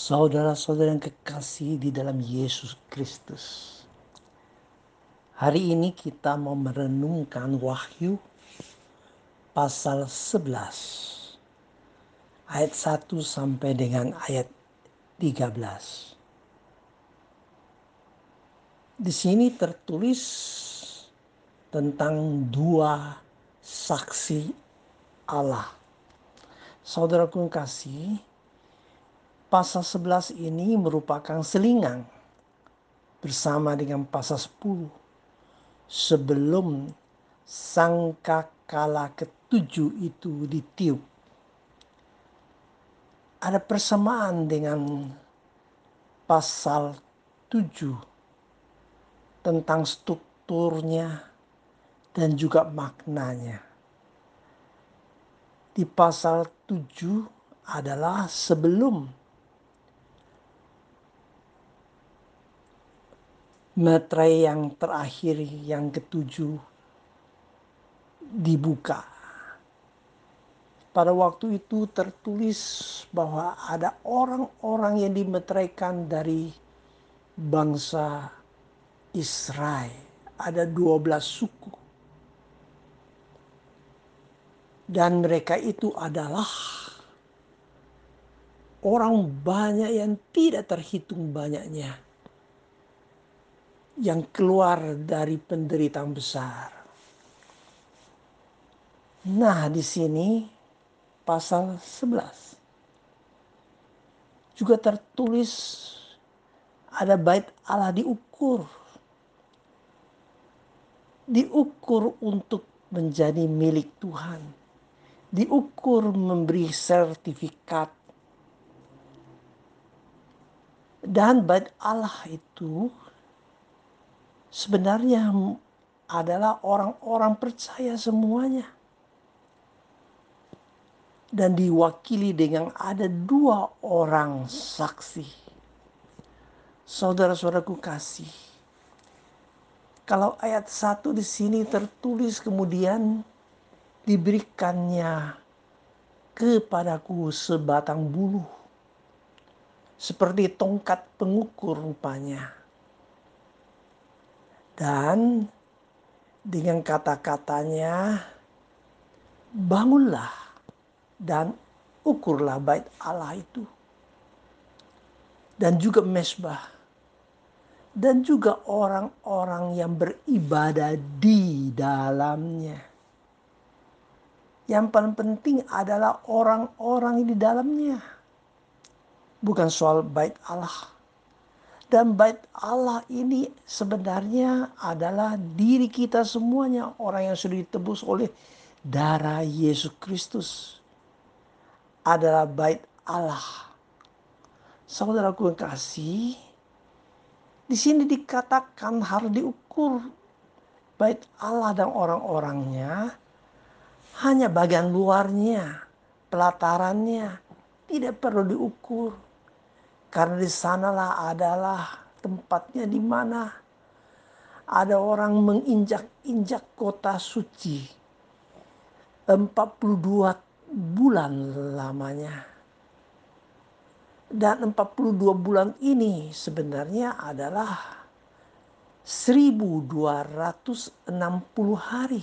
Saudara-saudara yang kekasih di dalam Yesus Kristus. Hari ini kita mau merenungkan Wahyu pasal 11 ayat 1 sampai dengan ayat 13. Di sini tertulis tentang dua saksi Allah. Saudaraku yang kasih, pasal 11 ini merupakan selingan bersama dengan pasal 10 sebelum sangkakala ketujuh itu ditiup. Ada persamaan dengan pasal 7 tentang strukturnya dan juga maknanya. Di pasal 7 adalah sebelum meterai yang terakhir yang ketujuh dibuka. Pada waktu itu tertulis bahwa ada orang-orang yang dimeteraikan dari bangsa Israel. Ada 12 suku. Dan mereka itu adalah orang banyak yang tidak terhitung banyaknya, yang keluar dari penderitaan besar. Nah, di sini pasal 11 juga tertulis ada bait Allah diukur. Diukur untuk menjadi milik Tuhan. Diukur memberi sertifikat. Dan bait Allah itu sebenarnya adalah orang-orang percaya semuanya. Dan diwakili dengan ada dua orang saksi. Saudara-saudaraku kasih. Kalau ayat 1 di sini tertulis kemudian diberikannya kepadaku sebatang bulu. Seperti tongkat pengukur rupanya. Dan dengan kata-katanya, bangunlah dan ukurlah bait Allah itu. Dan juga mezbah. Dan juga orang-orang yang beribadah di dalamnya. Yang paling penting adalah orang-orang di dalamnya. Bukan soal bait Allah. Dan bait Allah ini sebenarnya adalah diri kita semuanya. Orang yang sudah ditebus oleh darah Yesus Kristus. Adalah bait Allah. Saudaraku yang kasih, di sini dikatakan harus diukur bait Allah dan orang-orangnya. Hanya bagian luarnya, pelatarannya tidak perlu diukur. Karena di sanalah adalah tempatnya di mana ada orang menginjak-injak kota suci. 42 bulan lamanya. Dan 42 bulan ini sebenarnya adalah 1260 hari.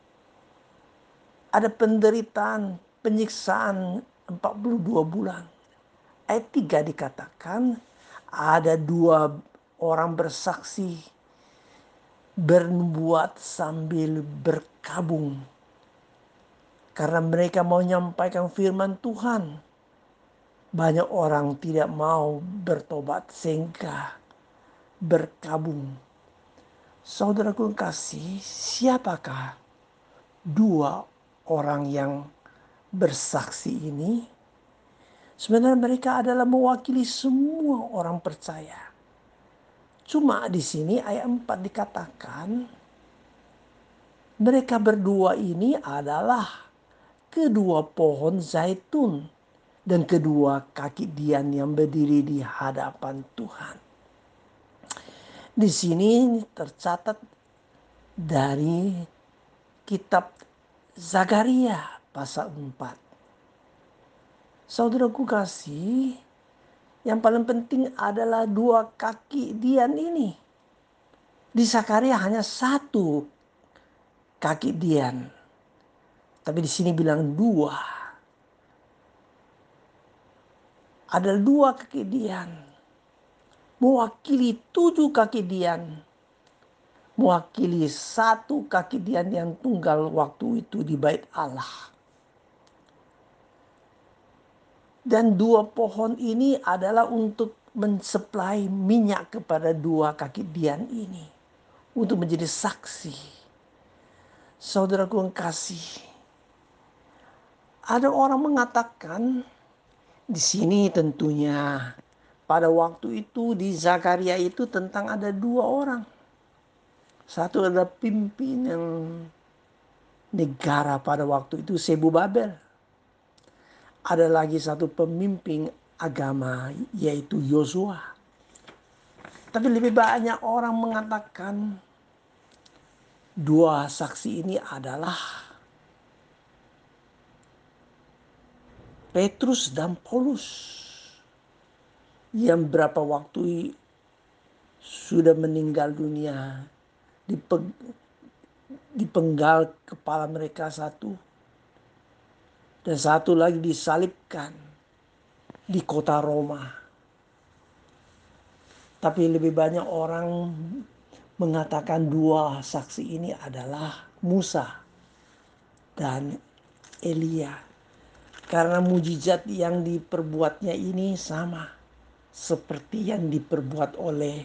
Ada penderitaan, penyiksaan 42 bulan. Ayat 3 dikatakan ada dua orang bersaksi bernubuat sambil berkabung. Karena mereka mau menyampaikan firman Tuhan. Banyak orang tidak mau bertobat sehingga berkabung. Saudaraku yang kasih, siapakah dua orang yang bersaksi ini? Sebenarnya mereka adalah mewakili semua orang percaya. Cuma di sini ayat 4 dikatakan mereka berdua ini adalah kedua pohon zaitun dan kedua kaki dian yang berdiri di hadapan Tuhan. Di sini tercatat dari kitab Zakaria pasal 4. Saudaraku kasih, Yang paling penting adalah dua kaki Dian ini. Di Zakaria hanya satu kaki Dian. Tapi di sini bilang dua. Ada dua kaki Dian. Mewakili 7 kaki Dian. Mewakili 1 kaki Dian yang tunggal waktu itu di bait Allah. Dan 2 pohon ini adalah untuk mensuplai minyak kepada 2 kaki Dian ini. Untuk menjadi saksi. Saudaraku yang kasih. Ada orang mengatakan di sini tentunya pada waktu itu di Zakaria itu tentang ada 2 orang. Satu adalah pimpinan negara pada waktu itu Zerubabel. Ada lagi satu pemimpin agama yaitu Yosua. Tapi lebih banyak orang mengatakan 2 saksi ini adalah Petrus dan Paulus. Yang berapa waktu sudah meninggal dunia. Dipenggal kepala mereka satu. Dan satu lagi disalibkan di kota Roma. Tapi lebih banyak orang mengatakan 2 saksi ini adalah Musa dan Elia. Karena mujizat yang diperbuatnya ini sama seperti yang diperbuat oleh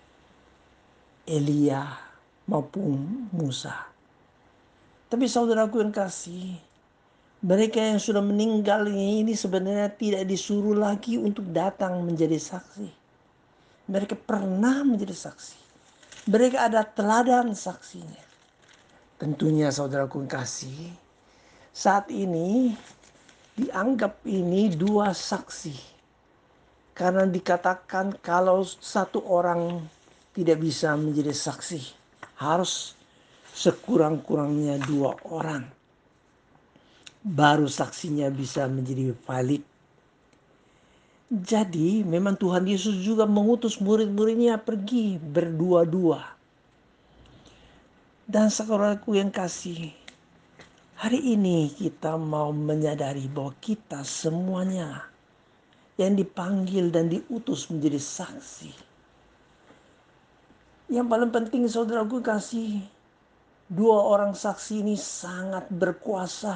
Elia maupun Musa. Tapi saudaraku yang kasih, mereka yang sudah meninggal ini sebenarnya tidak disuruh lagi untuk datang menjadi saksi. Mereka pernah menjadi saksi. Mereka ada teladan saksinya. Tentunya saudaraku yang kasih, saat ini dianggap ini 2 saksi. Karena dikatakan kalau satu orang tidak bisa menjadi saksi, harus sekurang-kurangnya 2 orang. Baru saksinya bisa menjadi valid. Jadi memang Tuhan Yesus juga mengutus murid-muridnya pergi berdua-dua. Dan saudaraku yang kasih, hari ini kita mau menyadari bahwa kita semuanya yang dipanggil dan diutus menjadi saksi. Yang paling penting saudaraku kasih, 2 orang saksi ini sangat berkuasa.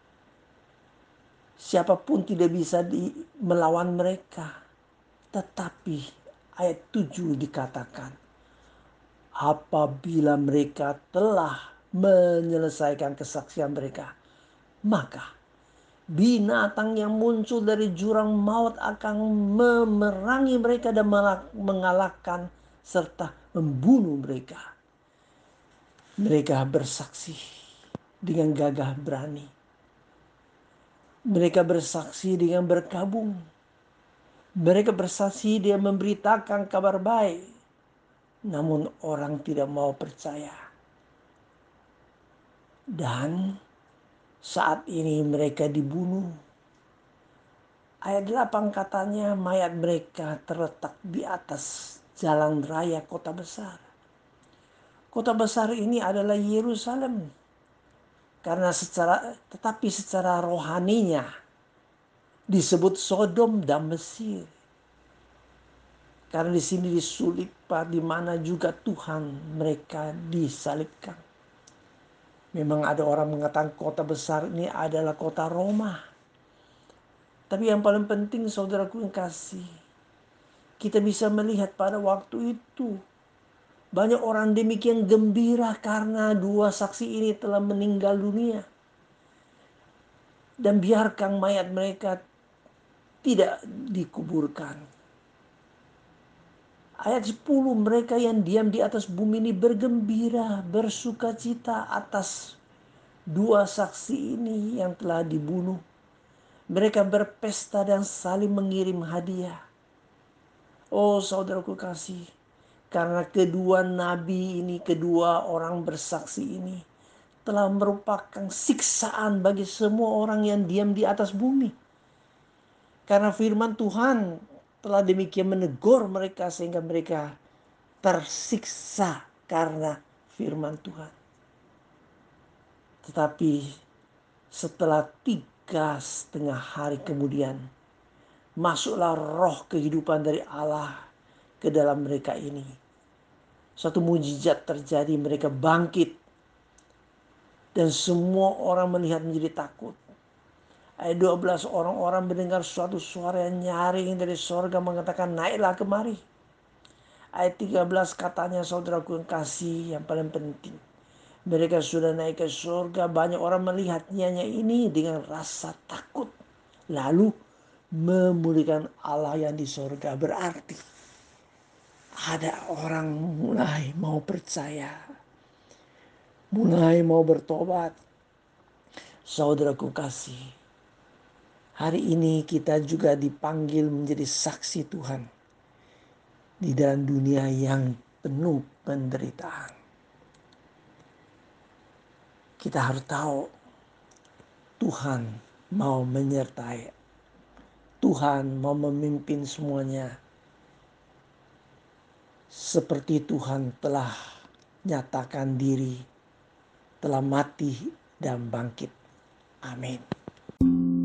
Siapapun tidak bisa melawan mereka. Tetapi ayat 7 dikatakan, apabila mereka telah menyelesaikan kesaksian mereka, maka binatang yang muncul dari jurang maut akan memerangi mereka dan mengalahkan serta membunuh mereka. Mereka bersaksi dengan gagah berani. Mereka bersaksi dengan berkabung. Mereka bersaksi dia memberitakan kabar baik. Namun orang tidak mau percaya. Dan saat ini mereka dibunuh. Ayat 8 katanya mayat mereka terletak di atas jalan raya kota besar. Kota besar ini adalah Yerusalem. Tetapi secara rohaninya disebut Sodom dan Mesir. Karena di sini disulit di mana juga Tuhan mereka disalibkan. Memang ada orang mengatakan kota besar ini adalah kota Roma. Tapi yang paling penting saudaraku yang kasih, kita bisa melihat pada waktu itu banyak orang demikian gembira karena 2 saksi ini telah meninggal dunia. Dan biarkan mayat mereka tidak dikuburkan. Ayat 10, mereka yang diam di atas bumi ini bergembira, bersukacita atas 2 saksi ini yang telah dibunuh. Mereka berpesta dan saling mengirim hadiah. Oh saudaraku kasih, karena kedua nabi ini, kedua orang bersaksi ini telah merupakan siksaan bagi semua orang yang diam di atas bumi. Karena firman Tuhan telah demikian menegur mereka sehingga mereka tersiksa karena firman Tuhan. Tetapi setelah 3,5 hari kemudian, masuklah roh kehidupan dari Allah ke dalam mereka ini. Suatu mujizat terjadi, mereka bangkit. Dan semua orang melihat menjadi takut. Ayat 12, orang-orang mendengar suatu suara yang nyaring dari sorga mengatakan, naiklah kemari. Ayat 13 katanya, saudaraku yang kasih, yang paling penting. Mereka sudah naik ke surga, banyak orang melihatnya ini dengan rasa takut. Lalu memulihkan Allah yang di surga. Berarti ada orang mulai mau percaya, mulai mau bertobat. Saudaraku kasih, hari ini kita juga dipanggil menjadi saksi Tuhan di dalam dunia yang penuh penderitaan. Kita harus tahu Tuhan mau menyertai. Tuhan mau memimpin semuanya. Seperti Tuhan telah nyatakan diri, telah mati dan bangkit. Amin.